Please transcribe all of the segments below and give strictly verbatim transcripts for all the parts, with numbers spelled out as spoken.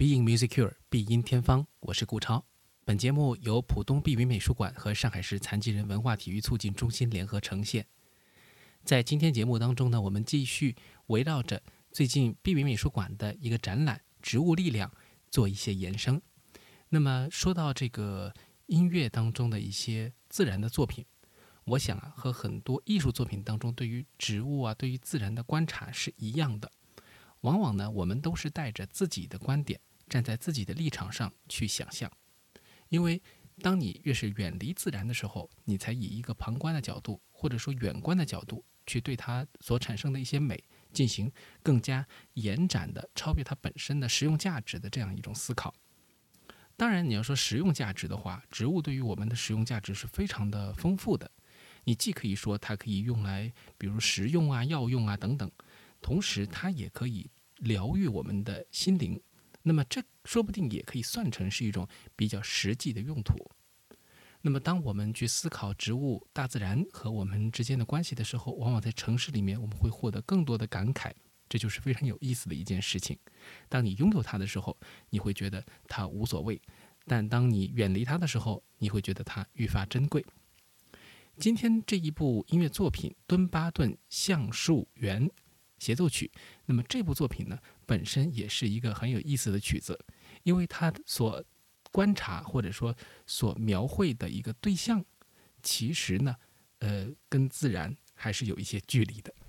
Being Musicure 必音天方，我是顾超。本节目由浦东碧云美术馆和上海市残疾人文化体育促进中心联合呈现。在今天节目当中呢，我们继续围绕着最近碧云美术馆的一个展览《植物力量》做一些延伸。那么说到这个音乐当中的一些自然的作品，我想啊，和很多艺术作品当中对于植物啊、对于自然的观察是一样的。往往呢，我们都是带着自己的观点，站在自己的立场上去想象。因为当你越是远离自然的时候，你才以一个旁观的角度，或者说远观的角度，去对它所产生的一些美进行更加延展的、超越它本身的实用价值的这样一种思考。当然，你要说实用价值的话，植物对于我们的实用价值是非常的丰富的。你既可以说它可以用来，比如食用啊、药用啊等等，同时它也可以疗愈我们的心灵。那么这说不定也可以算成是一种比较实际的用途。那么当我们去思考植物、大自然和我们之间的关系的时候，往往在城市里面我们会获得更多的感慨，这就是非常有意思的一件事情。当你拥有它的时候，你会觉得它无所谓，但当你远离它的时候，你会觉得它愈发珍贵。今天这一部音乐作品《敦巴顿橡树园协奏曲》，那么这部作品呢，本身也是一个很有意思的曲子，因为它所观察或者说所描绘的一个对象，其实呢，呃，跟自然还是有一些距离的。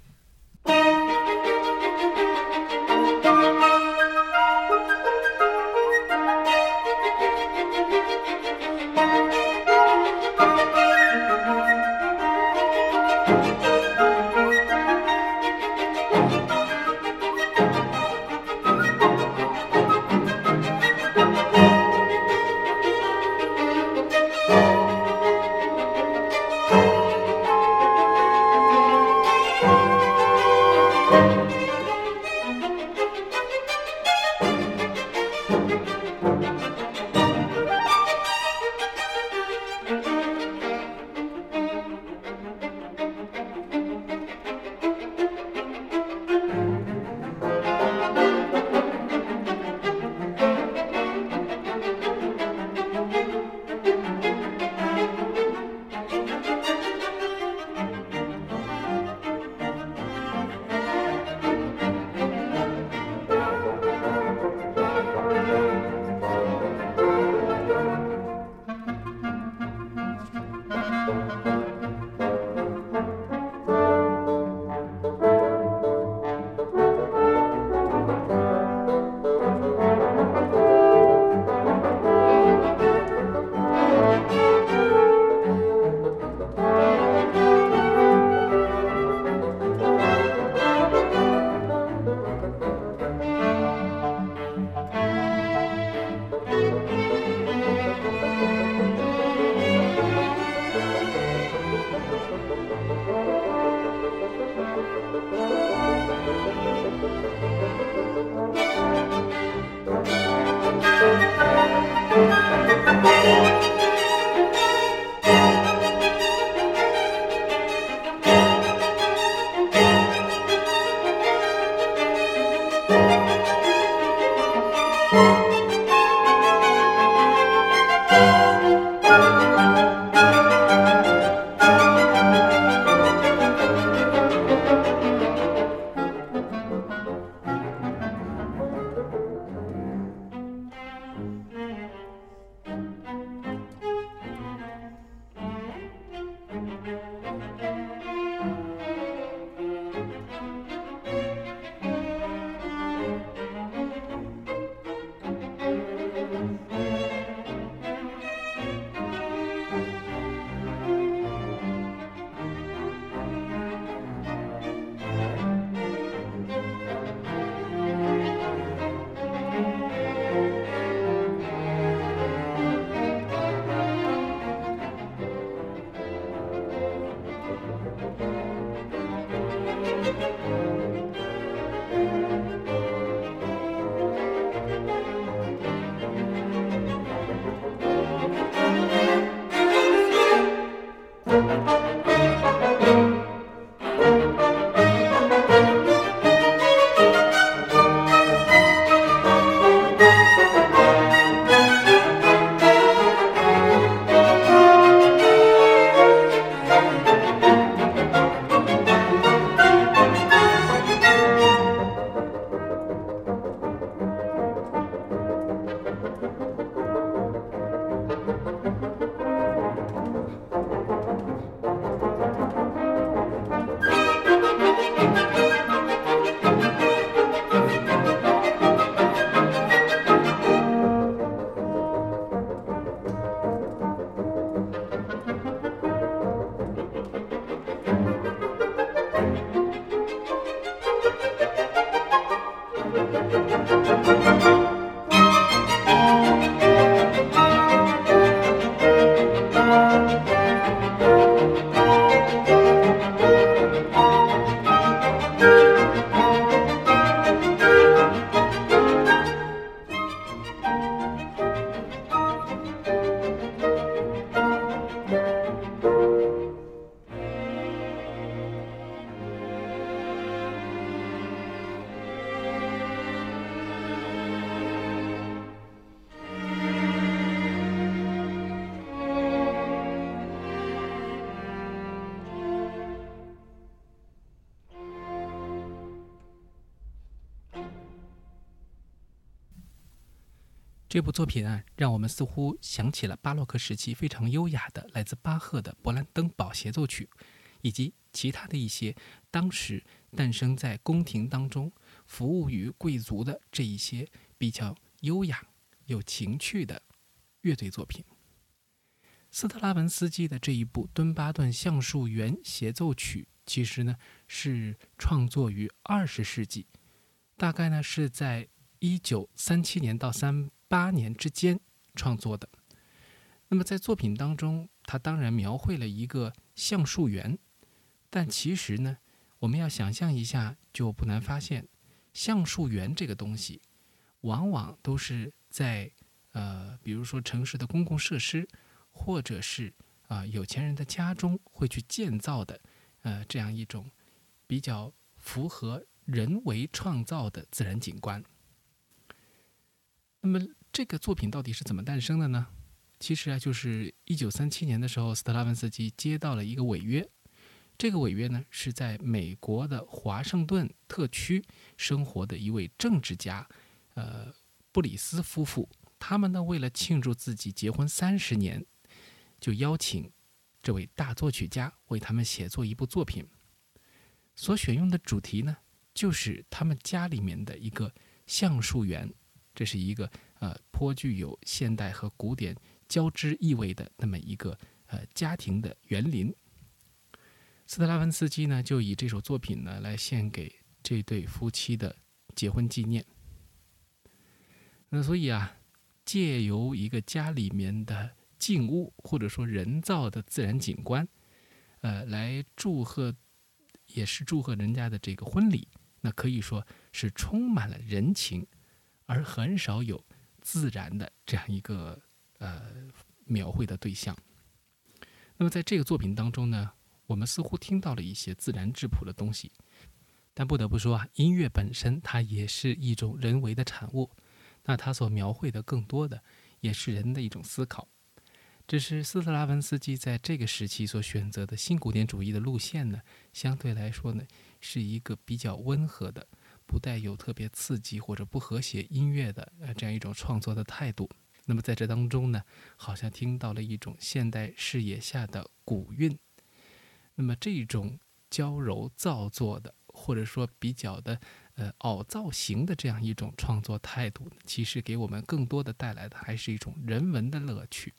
这部作品啊，让我们似乎想起了巴洛克时期非常优雅的来自巴赫的勃兰登堡协奏曲，以及其他的一些当时诞生在宫廷当中服务于贵族的这一些比较优雅有情趣的乐队作品。斯特拉文斯基的这一部敦巴顿橡树园协奏曲，其实呢是创作于二十世纪，大概呢是在一九三七年到三八年之间创作的。那么在作品当中，它当然描绘了一个橡树园，但其实呢，我们要想象一下，就不难发现，橡树园这个东西，往往都是在呃，比如说城市的公共设施，或者是啊、呃、有钱人的家中会去建造的，呃，这样一种比较符合人为创造的自然景观。那么这个作品到底是怎么诞生的呢？其实啊，就是一九三七年的时候，斯特拉文斯基接到了一个违约。这个违约呢，是在美国的华盛顿特区生活的一位政治家，呃，布里斯夫妇。他们呢，为了庆祝自己结婚三十年，就邀请这位大作曲家为他们写作一部作品。所选用的主题呢，就是他们家里面的一个橡树园。这是一个呃颇具有现代和古典交织意味的那么一个呃家庭的园林。斯特拉文斯基呢，就以这首作品呢来献给这对夫妻的结婚纪念。那所以啊，借由一个家里面的静物或者说人造的自然景观，呃，来祝贺，也是祝贺人家的这个婚礼，那可以说是充满了人情。而很少有自然的这样一个呃描绘的对象。那么在这个作品当中呢，我们似乎听到了一些自然质朴的东西，但不得不说啊，音乐本身它也是一种人为的产物，那它所描绘的更多的也是人的一种思考。只是斯特拉文斯基在这个时期所选择的新古典主义的路线呢，相对来说呢，是一个比较温和的，不带有特别刺激或者不和谐音乐的呃这样一种创作的态度。那么在这当中呢，好像听到了一种现代视野下的古韵。那么这种娇柔造作的，或者说比较的呃凹造型的这样一种创作态度，其实给我们更多的带来的还是一种人文的乐趣。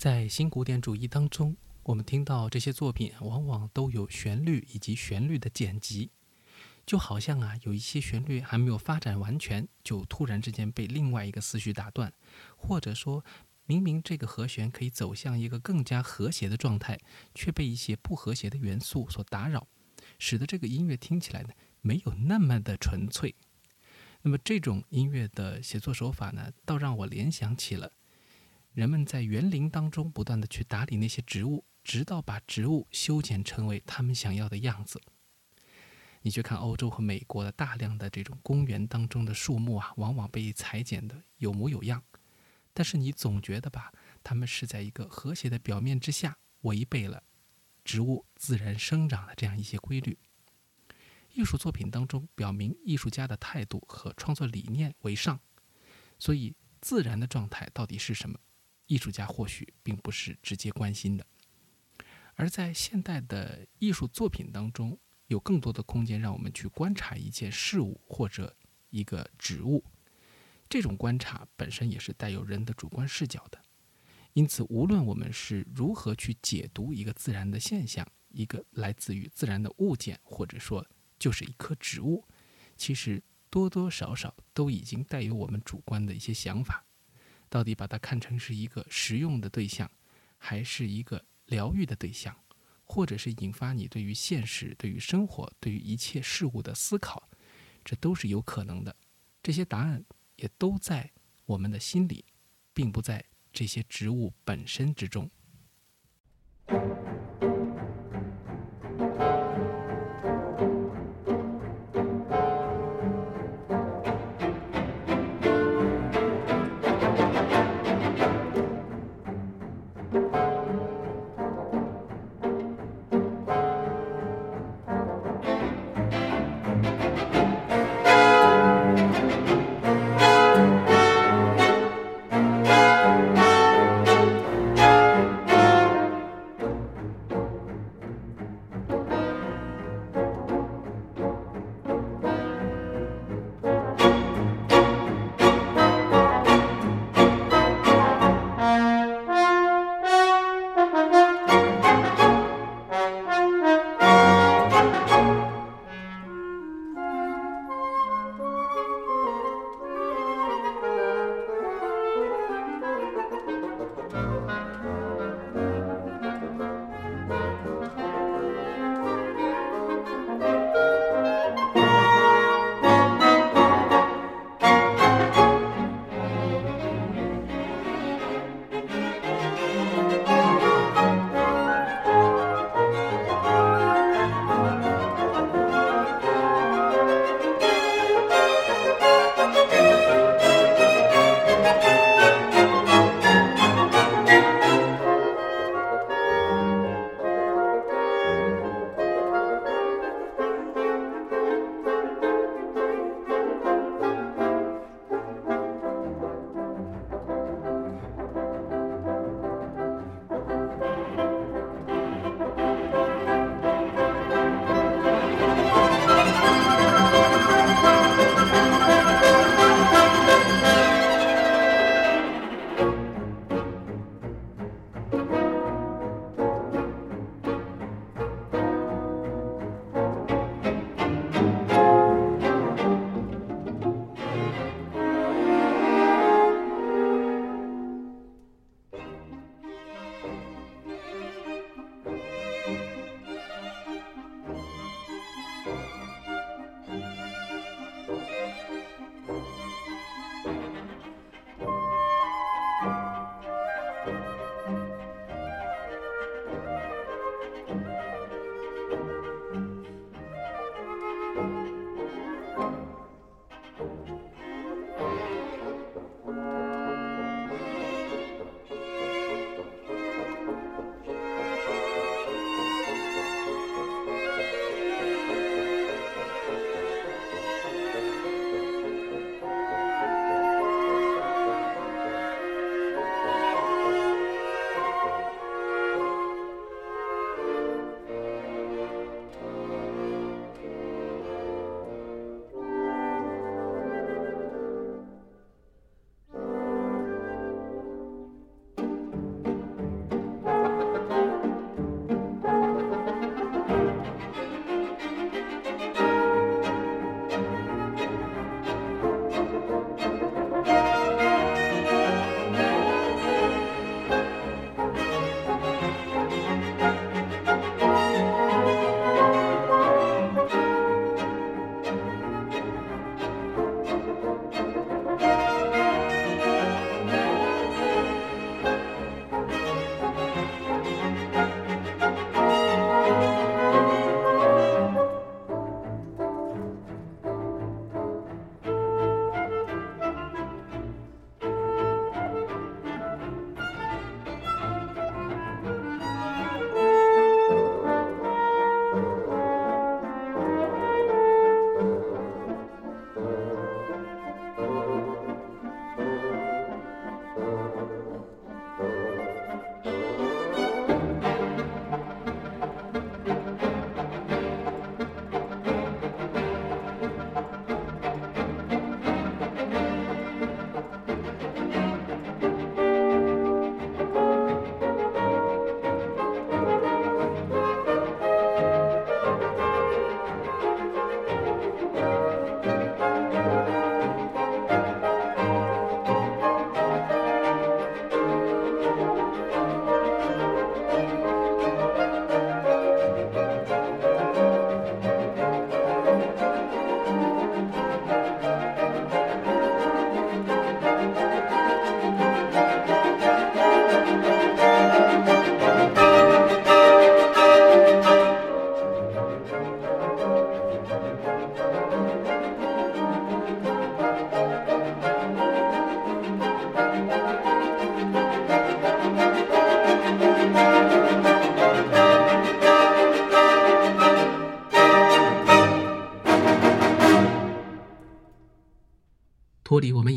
在新古典主义当中，我们听到这些作品往往都有旋律以及旋律的剪辑，就好像啊有一些旋律还没有发展完全，就突然之间被另外一个思绪打断，或者说明明这个和弦可以走向一个更加和谐的状态，却被一些不和谐的元素所打扰，使得这个音乐听起来呢没有那么的纯粹。那么这种音乐的写作手法呢，倒让我联想起了人们在园林当中不断的去打理那些植物，直到把植物修剪成为他们想要的样子。你去看欧洲和美国的大量的这种公园当中的树木啊，往往被裁剪的有模有样，但是你总觉得吧，它们是在一个和谐的表面之下，违背了植物自然生长的这样一些规律。艺术作品当中表明艺术家的态度和创作理念为上，所以自然的状态到底是什么，艺术家或许并不是直接关心的。而在现代的艺术作品当中，有更多的空间让我们去观察一件事物或者一个植物，这种观察本身也是带有人的主观视角的。因此无论我们是如何去解读一个自然的现象，一个来自于自然的物件，或者说就是一棵植物，其实多多少少都已经带有我们主观的一些想法。到底把它看成是一个实用的对象，还是一个疗愈的对象，或者是引发你对于现实、对于生活、对于一切事物的思考，这都是有可能的。这些答案也都在我们的心里，并不在这些植物本身之中。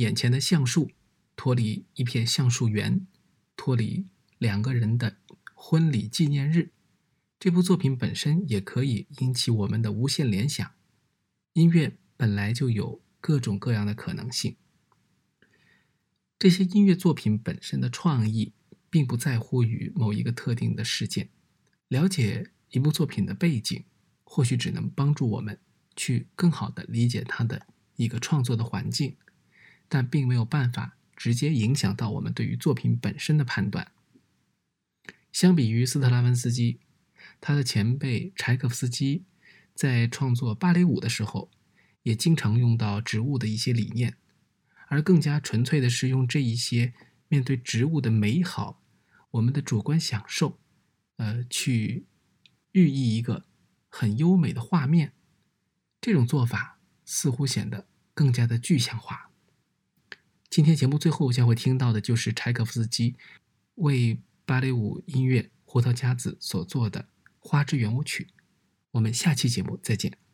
眼前的橡树，脱离一片橡树园，脱离两个人的婚礼纪念日，这部作品本身也可以引起我们的无限联想。音乐本来就有各种各样的可能性。这些音乐作品本身的创意并不在乎于某一个特定的事件。了解一部作品的背景，或许只能帮助我们去更好地理解它的一个创作的环境，但并没有办法直接影响到我们对于作品本身的判断。相比于斯特拉文斯基，他的前辈柴可夫斯基在创作芭蕾舞的时候，也经常用到植物的一些理念，而更加纯粹的是用这一些面对植物的美好，我们的主观享受，呃，去寓意一个很优美的画面。这种做法似乎显得更加的具象化。今天节目最后将会听到的就是柴可夫斯基为芭蕾舞音乐《胡桃夹子》所做的《花之圆舞曲》。我们下期节目再见。